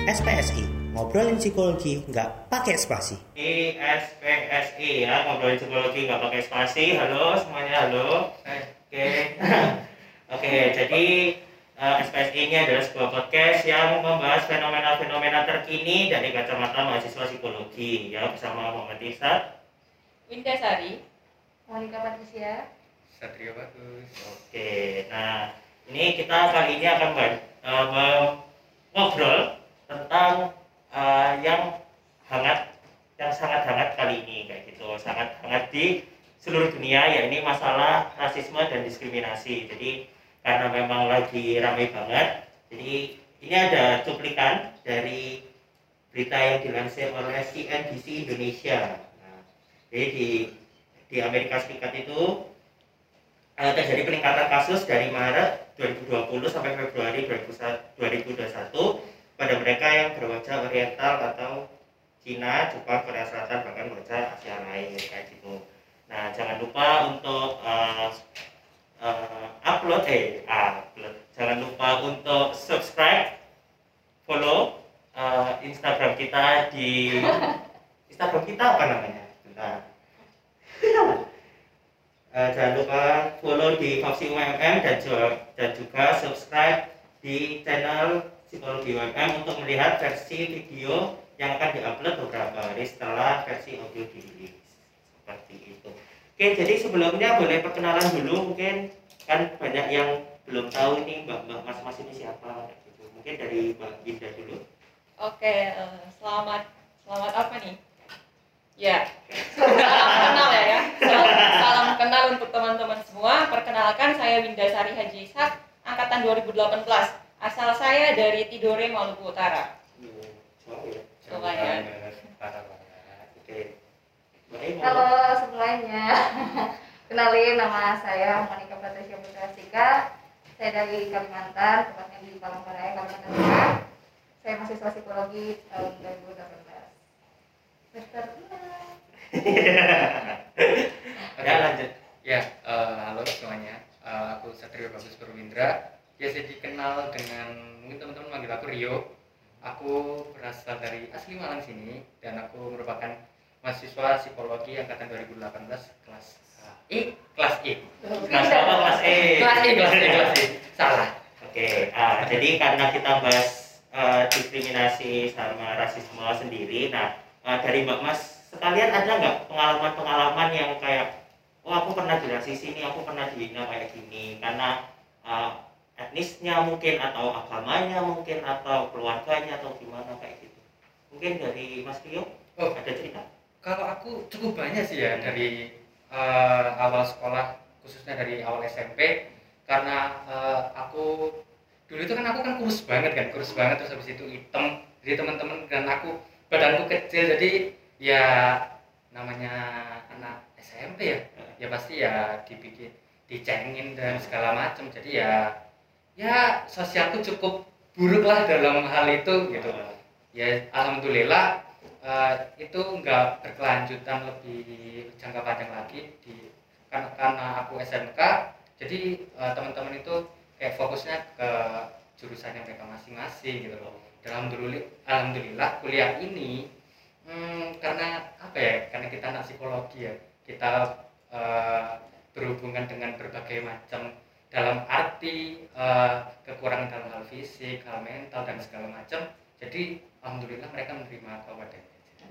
SPSI, ngobrolin psikologi nggak pakai spasi. SPSI ya, ngobrolin psikologi nggak pakai spasi. Halo semuanya, halo. Oke. Oke, jadi SPSI ini adalah sebuah podcast yang membahas fenomena-fenomena terkini dari kacamata mahasiswa psikologi ya, bersama Muhammad Ishak, Winda Sari, Monica Patricia, Satrio Bagus. Oke, nah ini kita kali ini akan ngobrol tentang yang sangat hangat kali ini, kayak gitu, sangat hangat di seluruh dunia, yakni masalah rasisme dan diskriminasi. Jadi karena memang lagi ramai banget, jadi ini ada cuplikan dari berita yang dilansir oleh CNBC Indonesia. Nah, jadi di Amerika Serikat itu terjadi peningkatan kasus dari Maret 2020 sampai Februari 2021 pada mereka yang berwajah oriental atau Cina, Jepang, Korea Selatan, bahkan wajah Asia lain kayak gitu. Nah, jangan lupa untuk upload. Jangan lupa untuk subscribe, follow Instagram kita di Instagram kita apa namanya? Nah, jangan lupa follow di Foxy UMM dan juga subscribe di channel Psikologi UMM untuk melihat versi video yang akan diupload beberapa hari setelah versi audio dirilis. Seperti itu. Oke, jadi sebelumnya boleh perkenalan dulu, mungkin kan banyak yang belum tahu nih Mbak Mas ini siapa gitu. Mungkin dari Mbak Winda dulu. Oke, selamat apa nih? Ya, salam kenal ya. Salam kenal untuk teman-teman semua. Perkenalkan, saya Winda Sari Haji Ishak, angkatan 2018. Asal saya dari Tidore, Maluku Utara. Jauh ya. Lumayan. Oke. halo semuanya. Kenalin, nama saya Monica Patricia Putrasika. Saya dari Kalimantan, tepatnya di Palangkaraya, Kalimantan Tengah. Saya mahasiswa psikologi tahun 2018. Semester 6. Ya, lanjut. Ya, halo semuanya. Aku Satrio Bagus Purwindra. Biasa dikenal dengan, mungkin teman-teman manggil aku Rio. Aku berasal dari asli Malang sini dan aku merupakan mahasiswa psikologi angkatan 2018 kelas E. Kelas apa? Kelas E. Kelas E. Salah. Oke. Jadi karena kita bahas diskriminasi sama rasisme sendiri, nah dari Mbak Mas sekalian ada nggak pengalaman-pengalaman yang kayak, oh aku pernah dirasisi nih, aku pernah dihina kayak gini karena etnisnya mungkin, atau agamanya mungkin, atau keluarganya, atau gimana kayak gitu. Mungkin dari Mas Rio, ada cerita? Kalau aku cukup banyak sih ya, dari awal sekolah, khususnya dari awal SMP, karena aku dulu itu kan aku kan kurus banget terus habis itu hitam, jadi teman-teman dan aku badanku kecil, jadi ya namanya anak SMP ya pasti ya dicengin dan segala macam, jadi ya sosialku cukup buruk lah dalam hal itu gitu. Ya alhamdulillah itu nggak berkelanjutan lebih jangka panjang lagi karena aku SMK, jadi teman-teman itu kayak fokusnya ke jurusannya mereka masing-masing gitu loh. Dan alhamdulillah kuliah ini karena apa ya, karena kita anak psikologi ya, kita berhubungan dengan berbagai macam, dalam arti kekurangan dalam hal fisik, hal mental dan segala macam. Jadi alhamdulillah mereka menerima aku apa adanya.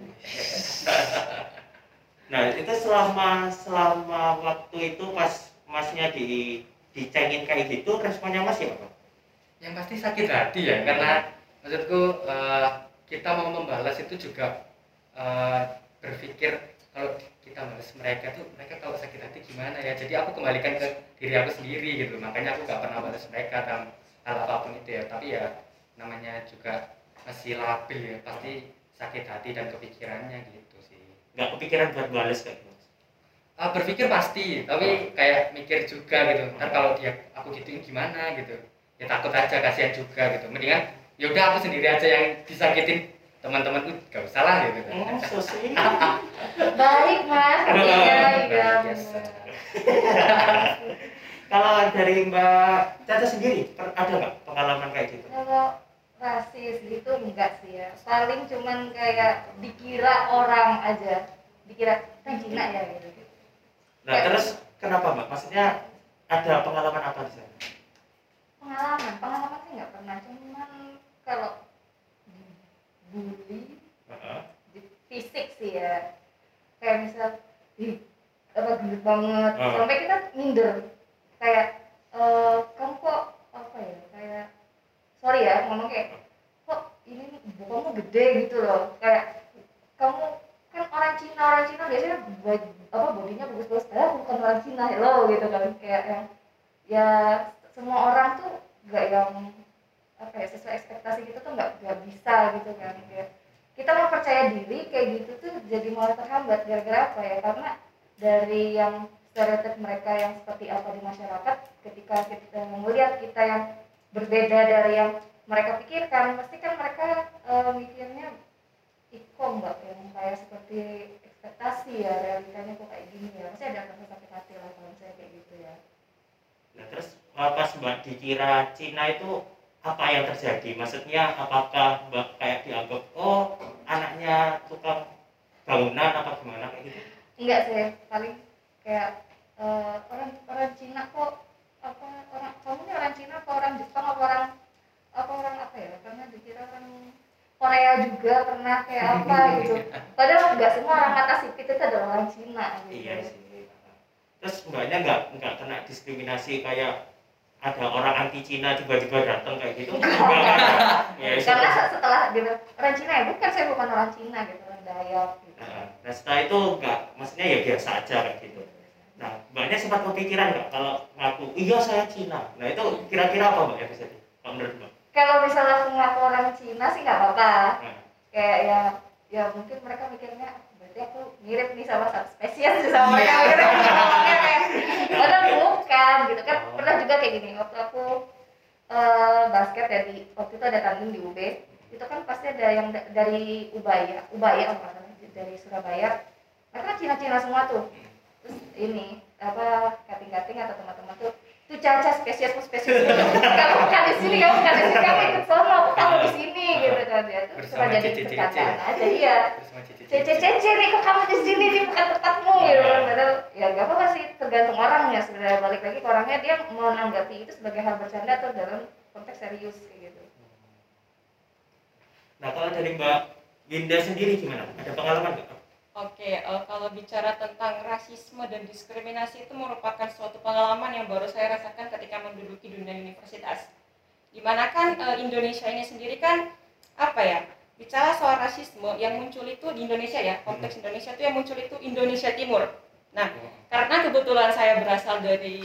Nah itu selama waktu itu pas Masnya dicengin kayak gitu, responnya Mas ya apa? Yang pasti sakit hati ya, karena maksudku kita mau membalas itu juga berpikir kalau kita balas mereka kalau sakit hati gimana ya. Jadi aku kembalikan ke diri aku sendiri gitu, makanya aku gak pernah balas mereka dalam hal apapun itu ya. Tapi ya namanya juga masih labil ya, pasti sakit hati dan kepikirannya gitu sih. Gak kepikiran buat balas kayak gitu? Berpikir pasti, tapi kayak mikir juga gitu, ntar kalau aku gituin gimana gitu. Ya takut aja, kasihan juga gitu. Mendingan ya udah aku sendiri aja yang disakitin, teman-temanku gak usah lah gitu. So sweet. Baik Mas, iya biasa. Kalau dari Mbak Caca sendiri, ada nggak pengalaman kayak gitu? Kalau rasis gitu enggak sih ya, paling cuman kayak dikira orang aja, dikira kan Cina ya gitu. Nah terus kenapa Mbak? Maksudnya ada pengalaman apa di sana? Pengalaman sih nggak pernah, cuman kalau dibully di fisik sih ya, kayak misal apa gendut banget sampai kita minder, kayak kamu kok apa ya, kayak sorry ya ngomong kayak kok ini bokongmu gede gitu loh, kayak kamu kan orang Cina biasanya bodinya bagus-bagus, padahal bukan orang Cina hello gitu kan, kayak yang ya semua orang tuh nggak yang apa ya sesuai ekspektasi gitu tuh nggak bisa gitu kan, kayak kita mau percaya diri kayak gitu tuh jadi malah terhambat gara-gara apa ya, karena dari yang stereotip mereka yang seperti apa di masyarakat, ketika kita melihat kita yang berbeda dari yang mereka pikirkan, pasti kan mereka mikirnya ikom mbak, yang kayak seperti ekspektasi ya, realitanya kok kayak gini ya, pasti ada rasa sakit hati lah kalau misalnya kayak gitu ya. Nah terus pas Mbak dikira Cina itu apa yang terjadi? Maksudnya apakah Mbak kayak dianggap oh anaknya tukang bangunan apa gimana kayak gitu? Enggak sih, paling kayak orang Cina kok apa, orang kamu ini orang Cina apa orang Jepang apa orang apa ya, karena dikira orang Korea juga pernah kayak apa gitu, padahal enggak semua orang mata sipit itu adalah orang Cina gitu. Iya sih. Terus Mbaknya nggak kena diskriminasi kayak ada orang anti Cina tiba-tiba datang kayak gitu? Ya, karena setelah dia orang Cina ya, bukan saya bukan orang Cina gitu, orang Dayak gitu. Nah setelah itu nggak, maksudnya ya biasa aja kayak gitu. Nah Mbaknya sempat kepikiran nggak kalau ngaku iya saya Cina? Nah itu kira-kira apa Mbak ya bisa? Kalau menurut Mbak? Kalau misalnya aku ngaku orang Cina sih nggak apa-apa. Kayak ya mungkin mereka mikirnya berarti aku mirip nih sama satu spesies sama mereka, ngomongnya kayak padahal bukan gitu kan. Pernah juga kayak gini waktu aku basket ya, waktu itu ada tanding di UB, itu kan pasti ada yang dari Ubaya dari Surabaya, mereka kan Cina semua tuh. Terus ini apa kating-kating atau teman-teman tuh Caca spesies kamu bukan di sini, kamu ikut sono, kamu di sini gitu kan, dia tuh cuma jadi bercandaan aja. Iya, cece nih kok kamu di sini, ini bukan tempatmu gitu kan. Padahal ya nggak apa-apa sih, tergantung orangnya sebenarnya, balik lagi ke orangnya, dia menanggapi itu sebagai hal bercanda atau dalam konteks serius kayak gitu. Nah kalau dari Mbak Winda sendiri gimana? Ada pengalaman nggak? Oke, kalau bicara tentang rasisme dan diskriminasi itu merupakan suatu pengalaman yang baru saya rasakan ketika menduduki dunia universitas. Dimana kan Indonesia ini sendiri kan apa ya, bicara soal rasisme yang muncul itu di Indonesia ya, konteks Indonesia itu yang muncul itu Indonesia Timur. Nah, karena kebetulan saya berasal dari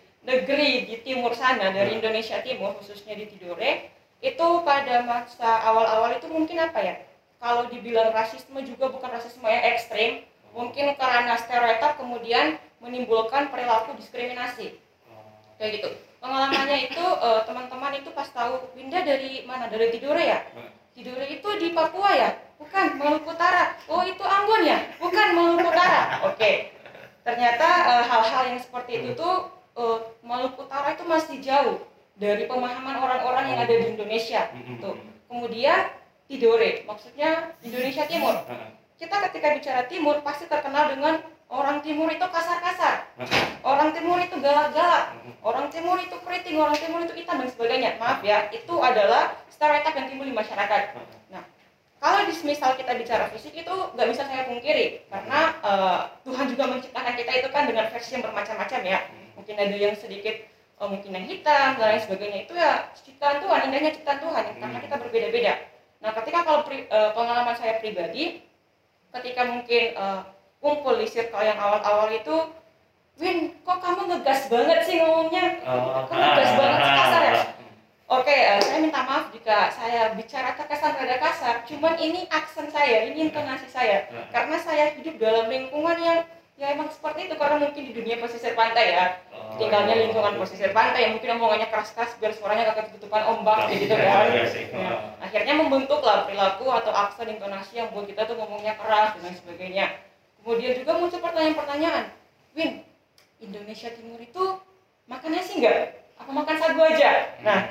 negeri di timur sana, dari Indonesia Timur, khususnya di Tidore, itu pada masa awal-awal itu mungkin apa ya, kalau dibilang rasisme juga bukan rasisme yang ekstrim, mungkin karena stereotip kemudian menimbulkan perilaku diskriminasi. Kayak gitu. Pengalamannya itu teman-teman itu pas tahu Winda dari mana? Dari Tidore ya? Tidore itu di Papua ya? Bukan, Maluku Utara. Oh itu Ambon ya? Bukan, Maluku Utara. Oke. Ternyata hal-hal yang seperti itu tuh Maluku Utara itu masih jauh dari pemahaman orang-orang yang ada di Indonesia. Tuh. Kemudian Tidore, maksudnya Indonesia Timur. Kita ketika bicara Timur pasti terkenal dengan orang Timur itu kasar-kasar, orang Timur itu galak-galak, orang Timur itu keriting, orang Timur itu hitam dan sebagainya. Maaf ya, itu adalah stereotip yang timbul di masyarakat. Nah, kalau misal kita bicara fisik itu nggak bisa saya pungkiri, karena Tuhan juga menciptakan kita itu kan dengan versi yang bermacam-macam ya. Mungkin ada yang sedikit, mungkin yang hitam dan lain sebagainya, itu ya ciptaan Tuhan, indahnya ciptaan Tuhan, karena kita berbeda-beda. Nah, ketika kalau pengalaman saya pribadi, ketika mungkin kumpul di circle yang awal-awal itu, Win, kok kamu ngegas banget sih ngomongnya? Kok ngegas banget sih, kasar ya? Oke, saya minta maaf jika saya bicara terkesan rada kasar, cuman ini aksen saya, ini intonasi saya. Karena saya hidup dalam lingkungan yang ya emang seperti itu, karena mungkin di dunia pesisir pantai ya, tinggalnya lingkungan pesisir pantai yang mungkin omongannya keras-keras biar suaranya gak ketutupan ombak gitu kan. Nah, akhirnya membentuklah perilaku atau aksen intonasi yang buat kita tuh ngomongnya keras dan lain sebagainya. Kemudian juga muncul pertanyaan-pertanyaan, Win, Indonesia Timur itu makan nasi nggak? Apa makan sagu aja? Nah,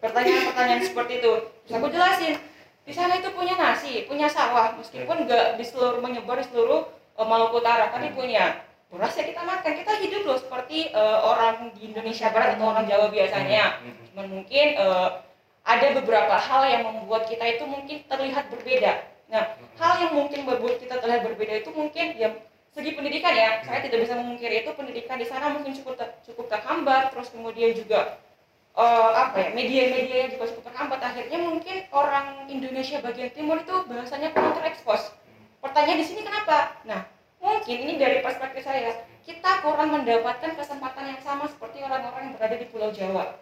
pertanyaan-pertanyaan seperti itu. Terus aku jelasin, di sana itu punya nasi, punya sawah, meskipun nggak di seluruh menyebar di seluruh Maluku Utara, tapi punya beras ya kita makan, kita hidup loh seperti orang di Indonesia Barat atau orang Jawa biasanya. Cuman mungkin ada beberapa hal yang membuat kita itu mungkin terlihat berbeda. Nah, hal yang mungkin membuat kita terlihat berbeda itu mungkin ya segi pendidikan ya. Saya tidak bisa memungkiri itu, pendidikan di sana mungkin cukup terhambat, terus kemudian juga media-media yang juga cukup terhambat. Akhirnya mungkin orang Indonesia bagian timur itu bahasanya kurang terekspos. Pertanyaan di sini kenapa? Nah, mungkin ini dari perspektif saya, kita kurang mendapatkan kesempatan yang sama seperti orang-orang yang berada di Pulau Jawa.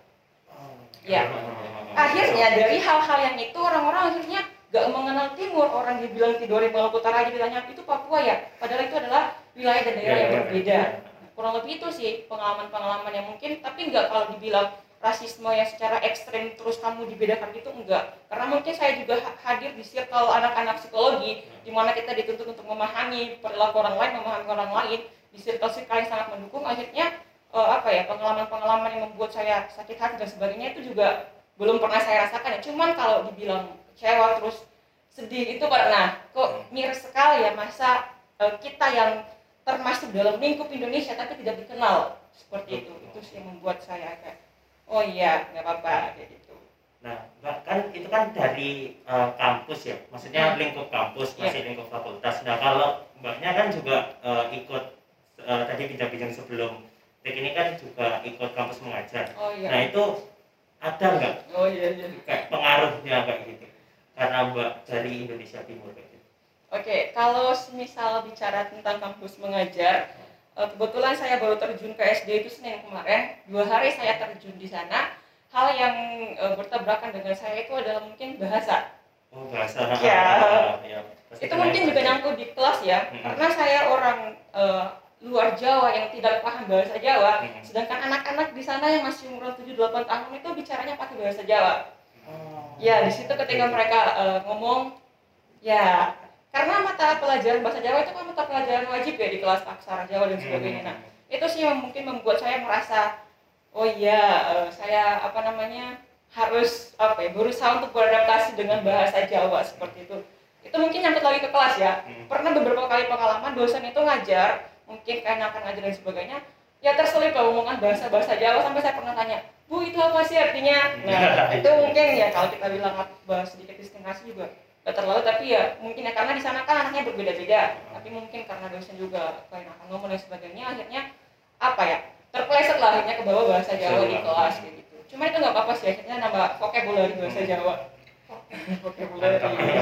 Ya, akhirnya dari hal-hal yang itu orang-orang akhirnya gak mengenal timur. Orang dibilang Tidore Maluku Utara aja ditanya itu Papua ya, padahal itu adalah wilayah dan daerah yang berbeda. Kurang lebih itu sih pengalaman-pengalaman yang mungkin, tapi nggak kalau dibilang rasisme yang secara ekstrem terus kamu dibedakan gitu, enggak. Karena mungkin saya juga hadir di circle anak-anak psikologi di mana kita dituntut untuk memahami perilaku orang lain, memahami orang lain di circle-circle yang sangat mendukung. Akhirnya pengalaman-pengalaman yang membuat saya sakit hati dan sebagainya itu juga belum pernah saya rasakan ya. Cuman kalau dibilang kecewa terus sedih itu pernah. Kok miris sekali ya masa kita yang termasuk dalam lingkup Indonesia tapi tidak dikenal seperti itu. Itu sih yang membuat saya kayak oh iya, nggak apa-apa kayak gitu. Nah, Mbak, kan itu kan dari kampus ya, maksudnya lingkup kampus, masih lingkup fakultas. Nah, kalau Mbaknya kan juga ikut tadi bincang-bincang sebelum Tek ini kan juga ikut kampus mengajar. Oh iya. Nah, itu ada nggak Oh iya. kayak pengaruhnya kayak gitu? Karena Mbak dari Indonesia Timur kayak gitu. Oke, kalau misal bicara tentang kampus mengajar, kebetulan saya baru terjun ke SD itu Senin kemarin. 2 hari saya terjun di sana. Hal yang bertabrakan dengan saya itu adalah mungkin bahasa. Oh, bahasa. Ya. Itu mungkin juga nyangkut di kelas ya. Karena saya orang luar Jawa yang tidak paham bahasa Jawa, sedangkan anak-anak di sana yang masih umur 7-8 tahun itu bicaranya pakai bahasa Jawa. Ya, di situ ketika mereka ngomong, ya karena mata pelajaran bahasa Jawa itu kan mata pelajaran wajib ya di kelas aksara Jawa dan sebagainya. Nah, itu sih yang mungkin membuat saya merasa, oh iya, saya harus berusaha untuk beradaptasi dengan bahasa Jawa seperti itu. Itu mungkin nyangkut lagi ke kelas ya. Pernah beberapa kali pengalaman dosen itu ngajar, mungkin karena akan ngajar dan sebagainya, ya terselip omongan bahasa Jawa sampai saya pernah tanya, Bu itu apa sih artinya? Nah, itu mungkin ya kalau kita bilang bahas sedikit diskriminasi juga gak terlalu, tapi ya mungkin ya karena di sana kan anaknya berbeda-beda, tapi mungkin karena dosen juga akan ngomong dan sebagainya, akhirnya terpeleset lah akhirnya ke bawah bahasa Jawa di kelas kayak gitu. Cuma itu nggak apa-apa sih, akhirnya nambah vocabulary bahasa Jawa. Vocabulary.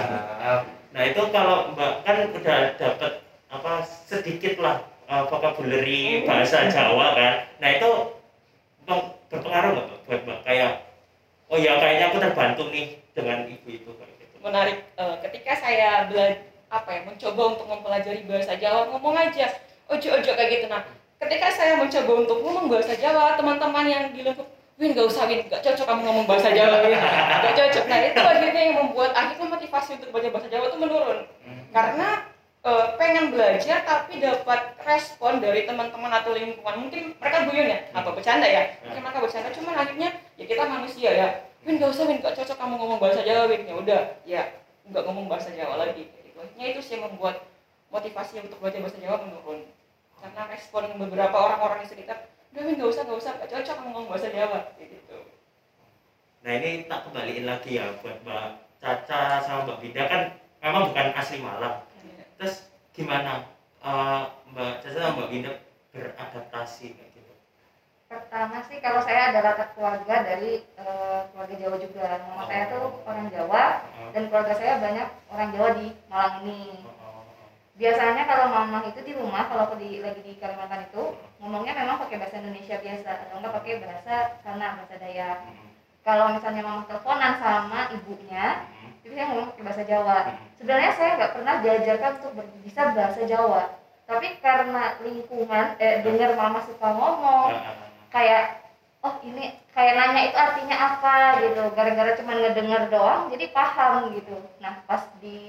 Nah itu kalau Mbak kan udah dapet sedikit lah vocabulary bahasa Jawa kan. Nah itu berpengaruh nggak buat Mbak kayak oh ya kayaknya aku terbantu nih dengan ibu itu kayak gitu. Menarik, ketika saya mencoba untuk mempelajari bahasa Jawa, ngomong aja ojo-ojo kayak gitu. Nah, ketika saya mencoba untuk ngomong bahasa Jawa, teman-teman yang di lingkup, Win gak usah Win, gak cocok kamu ngomong bahasa Jawa, Win, gak cocok. Nah itu akhirnya yang membuat motivasi untuk belajar bahasa Jawa itu menurun. Karena pengen belajar tapi dapat respon dari teman-teman atau lingkungan, mungkin mereka guyon ya, atau bercanda ya, mungkin mereka bercanda, cuman akhirnya ya kita manusia ya, Win gak usah Win, gak cocok kamu ngomong bahasa Jawa Win, ya udah, ya nggak ngomong bahasa Jawa lagi. Akhirnya itu sih yang membuat motivasi untuk belajar bahasa Jawa menurun. Karena respon beberapa orang-orang di sekitar, udah Win gak usah, gak cocok kamu ngomong bahasa Jawa, kayak gitu. Nah ini tak kembaliin lagi ya buat Mbak Caca sama Mbak Binda kan memang bukan asli Malang. Terus gimana Mbak Caca sama Mbak Binda beradaptasi kayak gitu? Pertama sih kalau saya adalah keluarga dari keluarga Jawa juga. Mama saya tuh orang Jawa dan keluarga saya banyak orang Jawa di Malang ini. Biasanya kalau mama itu di rumah, kalau aku lagi di Kalimantan itu ngomongnya memang pakai bahasa Indonesia biasa atau enggak pakai bahasa sana, bahasa Dayak. Kalau misalnya mama teleponan sama ibunya, itu saya ngomong pakai bahasa Jawa. Sebenarnya saya nggak pernah diajarkan untuk bisa bahasa Jawa, tapi karena lingkungan dengar mama suka ngomong, kayak oh ini kayak nanya itu artinya apa gitu, gara-gara cuma ngedenger doang, jadi paham gitu. Nah pas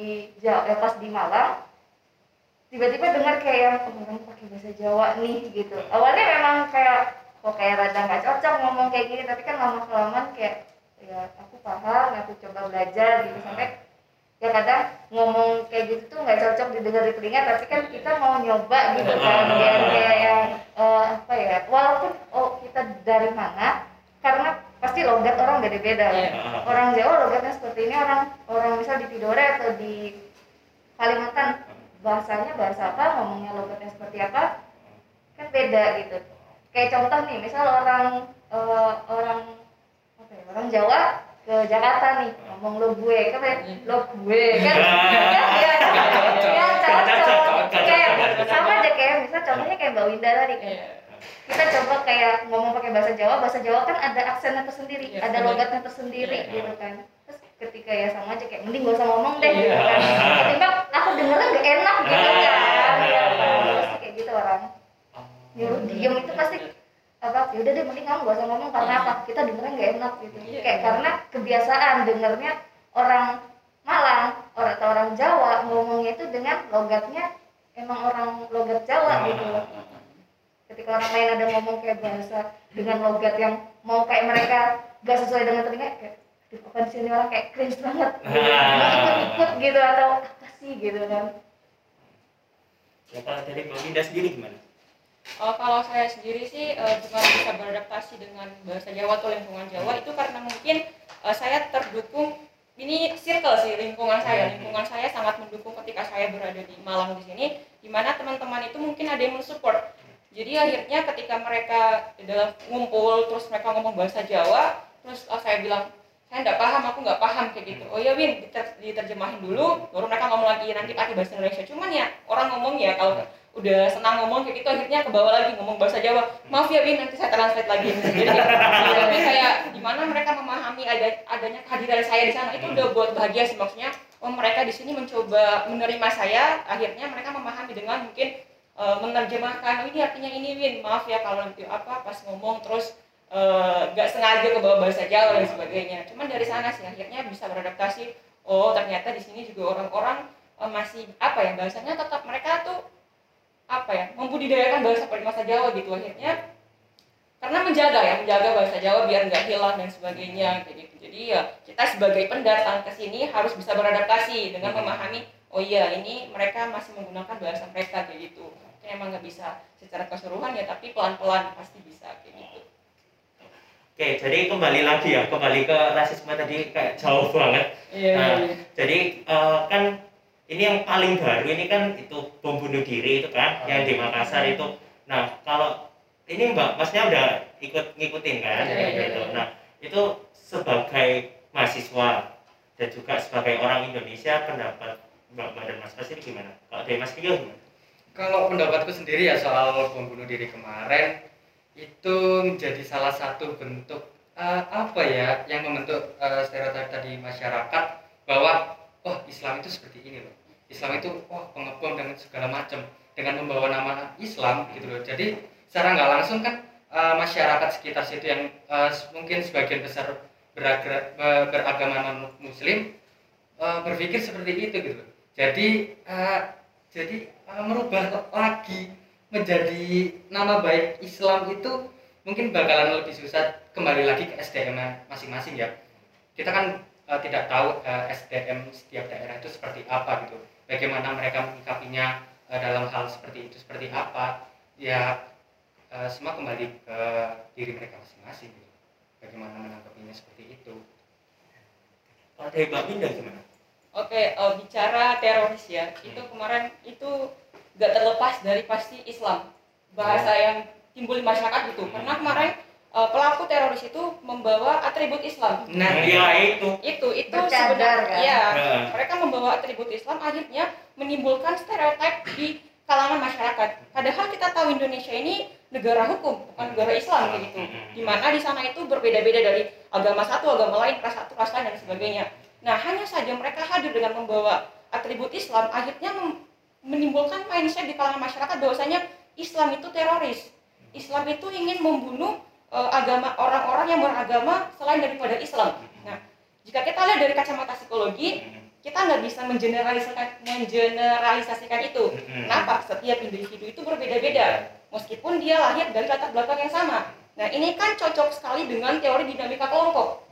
di Malang tiba-tiba dengar kayak yang orang pakai bahasa Jawa nih gitu. Awalnya memang kayak rada nggak cocok ngomong kayak gini, tapi kan lama-kelamaan kayak ya aku paham, aku coba belajar gitu sampai ya kadang ngomong kayak gitu tuh nggak cocok didengar di telinga, tapi kan kita mau nyoba gitu kan biar kayak yang apa ya, walaupun kita dari mana, karena pasti logat orang beda-beda. Orang Jawa logatnya seperti ini, orang misal di Tidore atau di Kalimantan bahasanya bahasa apa, ngomongnya logatnya seperti apa kan beda gitu. Kayak contoh nih, misal orang apa ya, orang Jawa ke Jakarta nih ngomong lo gue kan lo gue kan ya cocok kayak sama aja kayak misal contohnya kayak Mbak Winda tadi kan kita coba kayak ngomong pakai bahasa Jawa kan ada aksennya tersendiri, ada logatnya tersendiri gitu kan. Terus ketika ya sama aja kayak mending gak usah ngomong deh gitu kan, ketimbang aku dengernya gak enak gitu kan ya pasti kayak gitu orang nyuruh diem itu pasti apa, yaudah deh mending kamu gak usah ngomong karena apa, kita dengernya gak enak gitu kayak karena kebiasaan dengernya orang Malang atau orang Jawa ngomongnya itu dengan logatnya emang orang logat Jawa gitu loh. Ketika orang lain ada ngomong kayak bahasa dengan logat yang mau kayak mereka gak sesuai dengan telinga, kayak apa di sini orang kayak cringe banget gitu. Ikut gitu atau apa sih gitu kan. Ya kalau dari Mbak Winda sendiri gimana? Kalau saya sendiri sih gimana bisa beradaptasi dengan bahasa Jawa atau lingkungan Jawa itu karena mungkin saya terdukung, ini circle sih lingkungan saya sangat mendukung ketika saya berada di Malang di sini, di mana teman-teman itu mungkin ada yang mensupport. Jadi akhirnya ketika mereka dalam ngumpul terus mereka ngomong bahasa Jawa, terus saya bilang saya aku nggak paham kayak gitu. Oh ya Win, diterjemahin dulu, baru mereka ngomong lagi nanti pakai bahasa Indonesia. Cuman ya orang ngomong ya kalau udah senang ngomong kayak gitu akhirnya ke bawah lagi ngomong bahasa Jawa. Maaf ya Win, nanti saya translate lagi. Jadi tapi kayak gimana mereka memahami adanya kehadiran saya di sana itu udah buat bahagia sih, maksudnya mereka di sini mencoba menerima saya, akhirnya mereka memahami dengan mungkin menerjemahkan, ini artinya ini Win, maaf ya kalau nanti apa pas ngomong terus gak sengaja ke bawah bahasa Jawa dan sebagainya. Cuman dari sana sih akhirnya bisa beradaptasi. Oh ternyata di sini juga orang-orang masih apa ya, bahasanya tetap mereka tuh apa ya, membudidayakan bahasa Jawa gitu akhirnya, karena menjaga bahasa Jawa biar nggak hilang dan sebagainya kayak gitu. Jadi ya kita sebagai pendatang ke sini harus bisa beradaptasi dengan memahami oh iya ini mereka masih menggunakan bahasa mereka kayak gitu. Emang nggak bisa secara keseluruhan ya, tapi pelan-pelan pasti bisa kayak gitu. Oke, jadi kembali ke rasisme tadi kayak jauh banget. Jadi kan ini yang paling baru ini kan itu bom bunuh diri itu kan yang di Makassar itu. Nah kalau ini Masnya udah ngikutin kan gitu. Nah itu sebagai mahasiswa dan juga sebagai orang Indonesia, pendapat Mbak dan Mas ini gimana? Kalau dari Mas Rio gimana? Kalau pendapatku sendiri ya soal bom bunuh diri kemarin itu menjadi salah satu bentuk apa ya yang membentuk stereotip tadi masyarakat bahwa Islam itu seperti ini loh. Islam itu pengebom dan segala macam dengan membawa nama Islam gitu loh. Jadi secara nggak langsung kan masyarakat sekitar situ yang mungkin sebagian besar beragama non Muslim berpikir seperti itu gitu. Jadi merubah lagi menjadi nama baik Islam itu mungkin bakalan lebih susah, kembali lagi ke SDM masing-masing ya. Kita kan tidak tahu SDM setiap daerah itu seperti apa gitu. Bagaimana mereka menyikapinya dalam hal seperti itu seperti apa ya, semua kembali ke diri mereka masing-masing gitu. Bagaimana menanggapinya seperti itu. Kalau dari Mbak Winda gimana? Oke, bicara teroris ya, itu kemarin itu gak terlepas dari pasti Islam, bahasa yang timbul di masyarakat gitu. Karena kemarin pelaku teroris itu membawa atribut Islam. Nah, ya itu sebenarnya ya, mereka membawa atribut Islam akhirnya menimbulkan stereotip di kalangan masyarakat. Padahal kita tahu Indonesia ini negara hukum, bukan negara Islam kayak gitu. Dimana di sana itu berbeda-beda dari agama satu, agama lain, ras satu, ras lain dan sebagainya. Nah, hanya saja mereka hadir dengan membawa atribut Islam, akhirnya menimbulkan mindset di kalangan masyarakat bahwasanya Islam itu teroris. Islam itu ingin membunuh agama orang-orang yang beragama selain daripada Islam. Nah, jika kita lihat dari kacamata psikologi, kita nggak bisa mengeneralisasikan itu. Kenapa? Setiap individu itu berbeda-beda, meskipun dia lahir dari latar belakang yang sama. Nah, ini kan cocok sekali dengan teori dinamika kelompok.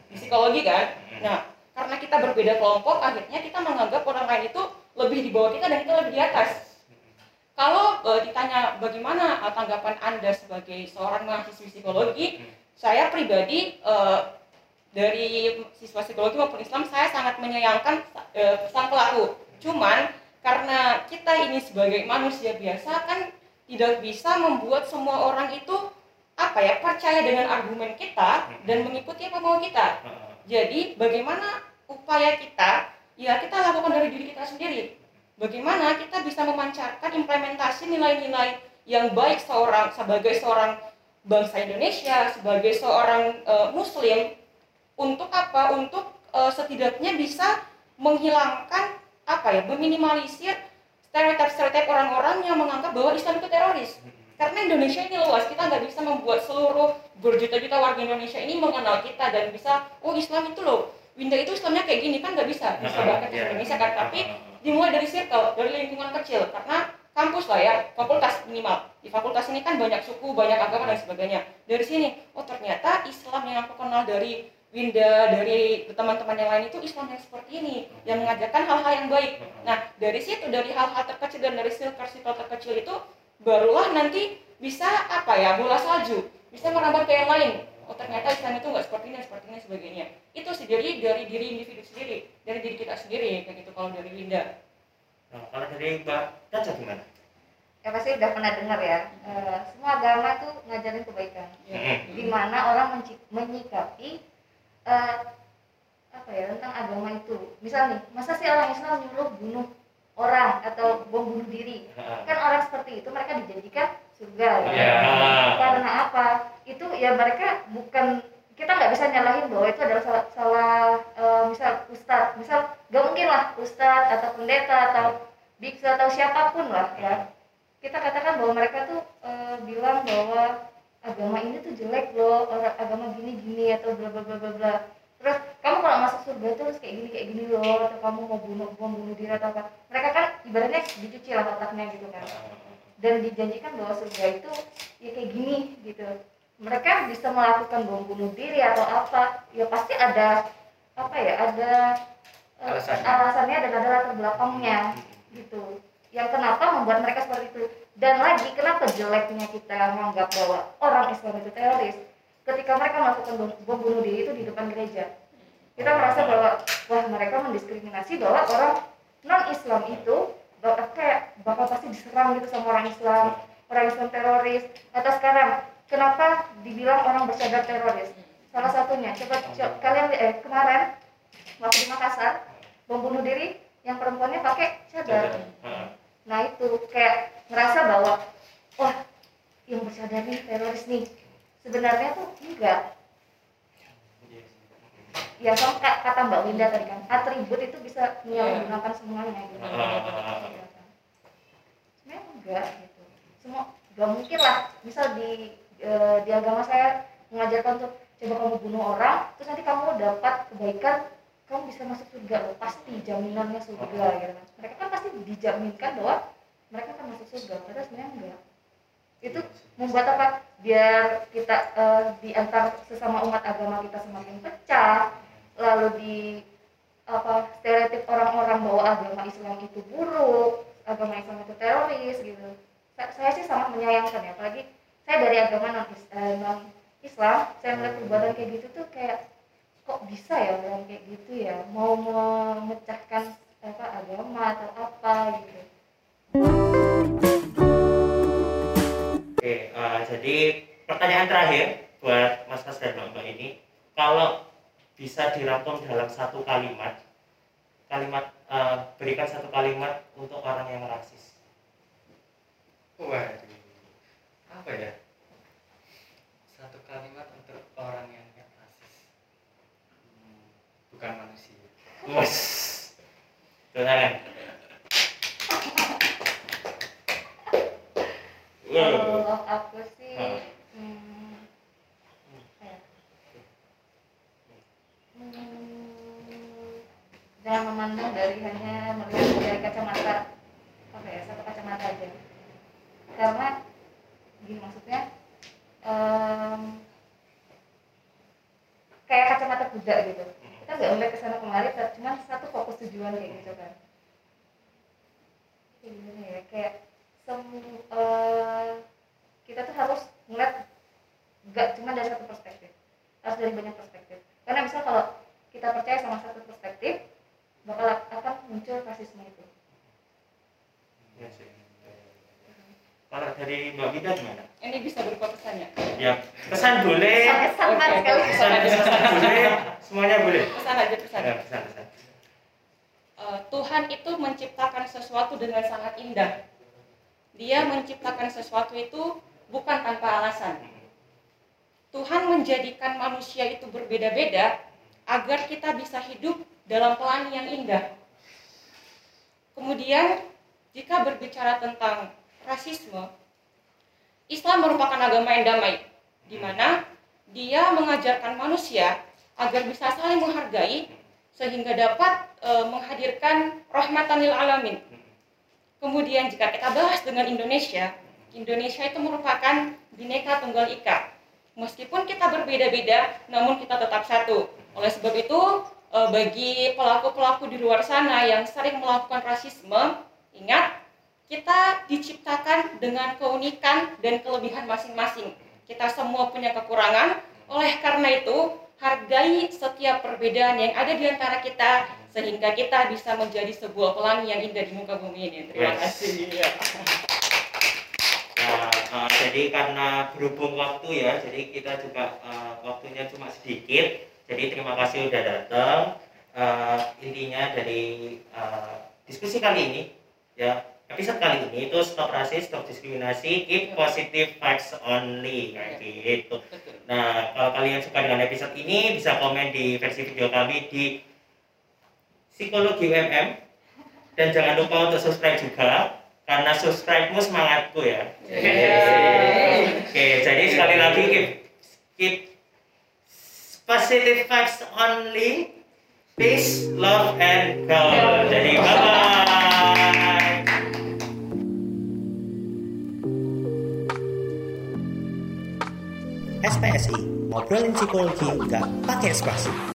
di psikologi kan. Nah, karena kita berbeda kelompok, akhirnya kita menganggap orang lain itu lebih di bawah kita dan kita lebih di atas. Kalau ditanya bagaimana tanggapan Anda sebagai seorang mahasiswi psikologi, saya pribadi dari siswa psikologi maupun Islam, saya sangat menyayangkan sang pelaku. Cuman karena kita ini sebagai manusia biasa kan tidak bisa membuat semua orang itu percaya dengan argumen kita dan mengikuti apa mau kita. Jadi bagaimana upaya kita? Ya kita lakukan dari diri kita sendiri. Bagaimana kita bisa memancarkan implementasi nilai-nilai yang baik sebagai seorang bangsa Indonesia, sebagai seorang Muslim, untuk apa? Untuk setidaknya bisa menghilangkan meminimalisir stereotip orang-orang yang menganggap bahwa Islam itu teroris. Karena Indonesia ini luas, kita nggak bisa membuat seluruh berjuta-juta warga Indonesia ini mengenal kita dan bisa, oh Islam itu loh, Winda itu Islamnya kayak gini, kan nggak bisa bahkan di Indonesia kan. Tapi dimulai dari circle, dari lingkungan kecil, karena kampus lah ya, fakultas minimal. Di fakultas ini kan banyak suku, banyak agama dan sebagainya. Dari sini, oh ternyata Islam yang aku kenal dari Winda, dari teman-teman yang lain itu Islam yang seperti ini, yang mengajarkan hal-hal yang baik. Nah, dari situ, dari hal-hal terkecil dan dari circle terkecil itu, barulah nanti bisa bola salju, bisa merambah ke yang lain. Oh ternyata Islam itu nggak seperti ini, sebagainya. Itu sih dari diri individu sendiri, dari diri kita sendiri, kayak gitu kalau dari Winda. Nah, kalau dari Mbak Caca gimana? Ya pasti udah pernah dengar ya, semua agama tuh ngajarin kebaikan. Dimana orang menyikapi tentang agama itu. Misal nih, masa sih orang Islam nyuruh bunuh orang atau bom bunuh diri? Kan orang seperti itu mereka dijanjikan surga ya. Karena apa? Itu ya mereka bukan, kita nggak bisa nyalahin bahwa itu adalah salah misal ustadz, misal gak mungkin lah ustadz atau pendeta atau biksu atau siapapun lah ya, kita katakan bahwa mereka tuh bilang bahwa agama ini tuh jelek loh, agama gini atau bla bla bla bla bla. Terus kamu kalau masuk surga tuh harus kayak gini loh, atau kamu mau bunuh diri atau apa. Mereka kan ibaratnya dicuci lah otaknya gitu kan. Dan dijanjikan bahwa surga itu ya kayak gini gitu. Mereka bisa melakukan bom bunuh diri atau apa, ya pasti ada alasannya dan ada latar belakangnya gitu. Yang kenapa membuat mereka seperti itu. Dan lagi kenapa jeleknya kita menganggap bahwa orang Islam itu teroris ketika mereka melakukan bom bunuh diri itu di depan gereja. Kita merasa bahwa wah mereka mendiskriminasi bahwa orang non Islam itu bakal pasti diserang gitu sama orang Islam teroris. Atau sekarang kenapa dibilang orang bercadar teroris? Salah satunya coba kalian kemarin waktu di Makassar bom bunuh diri yang perempuannya pakai cadar. Nah itu kayak ngerasa bahwa wah yang bercadar nih teroris nih. Sebenarnya tuh enggak. Ya sama kata Mbak Winda tadi kan, atribut itu bisa menyalahgunakan semuanya gitu. Sebenarnya enggak gitu. Semua enggak mungkin lah. Misal di agama saya mengajarkan untuk coba kamu bunuh orang, terus nanti kamu dapat kebaikan, kamu bisa masuk surga loh, pasti jaminannya surga gitu kan. Mereka kan pasti dijaminkan bahwa mereka akan masuk surga, padahal sebenarnya enggak. Itu membuat apa? Biar kita di antar sesama umat agama kita semakin pecah, lalu di stereotip orang-orang bahwa agama Islam itu buruk, agama Islam itu teroris gitu. Saya sih sangat menyayangkan ya, apalagi saya dari agama non Islam, saya melihat perbuatan kayak gitu tuh kayak kok bisa ya orang kayak gitu ya, mau memecahkan agama atau apa gitu. Oke, jadi pertanyaan terakhir buat Mas dan Mbak ini, kalau bisa dirangkum dalam satu kalimat, berikan satu kalimat untuk orang yang rasis. Waduh, apa ya? Satu kalimat untuk orang yang rasis. Bukan manusia. Wes, silakan. Kalau aku sih jangan memandang dari hanya melihat dari kacamata satu kacamata aja, karena gini maksudnya kayak kacamata kuda gitu. Kita nggak melihat ke sana kemari, cuma satu fokus tujuan kayak gitu kan. Kayak gimana ya, kayak kita tuh harus ngeliat nggak cuma dari satu perspektif, harus dari banyak perspektif. Karena misal kalau kita percaya sama satu perspektif, bakal akan muncul rasisme itu. Ya sih. Kalau dari Mbak Vida gimana? Ini bisa berupa pesan ya? Ya, pesan boleh, Kesan banget sekali. pesan boleh, semuanya boleh. Pesan aja pesan. Ya, pesan. Tuhan itu menciptakan sesuatu dengan sangat indah. Dia menciptakan sesuatu itu bukan tanpa alasan. Tuhan menjadikan manusia itu berbeda-beda agar kita bisa hidup dalam pelangi yang indah. Kemudian, jika berbicara tentang rasisme, Islam merupakan agama yang damai, di mana dia mengajarkan manusia agar bisa saling menghargai sehingga dapat menghadirkan rahmatan lil alamin. Kemudian jika kita bahas dengan Indonesia itu merupakan Bhinneka Tunggal Ika. Meskipun kita berbeda-beda, namun kita tetap satu. Oleh sebab itu, bagi pelaku-pelaku di luar sana yang sering melakukan rasisme, ingat, kita diciptakan dengan keunikan dan kelebihan masing-masing. Kita semua punya kekurangan, oleh karena itu, hargai setiap perbedaan yang ada di antara kita, sehingga kita bisa menjadi sebuah pelangi yang indah di muka bumi ini. Terima kasih. Nah, jadi karena berhubung waktu ya, jadi kita juga waktunya cuma sedikit. Jadi terima kasih udah datang. Intinya dari diskusi kali ini, ya episode kali ini itu stop rasis, stop diskriminasi, keep positive vibes only, kayak gitu. Nah, kalau kalian suka dengan episode ini, bisa komen di versi video kami di Psikologi UMM, dan jangan lupa untuk subscribe juga, karena subscribe-mu semangatku ya. Oke, jadi sekali lagi keep positive vibes only, peace, love, and God. Jadi bye-bye. SPSI, ngobrolin psikologi nggak pakai spasi.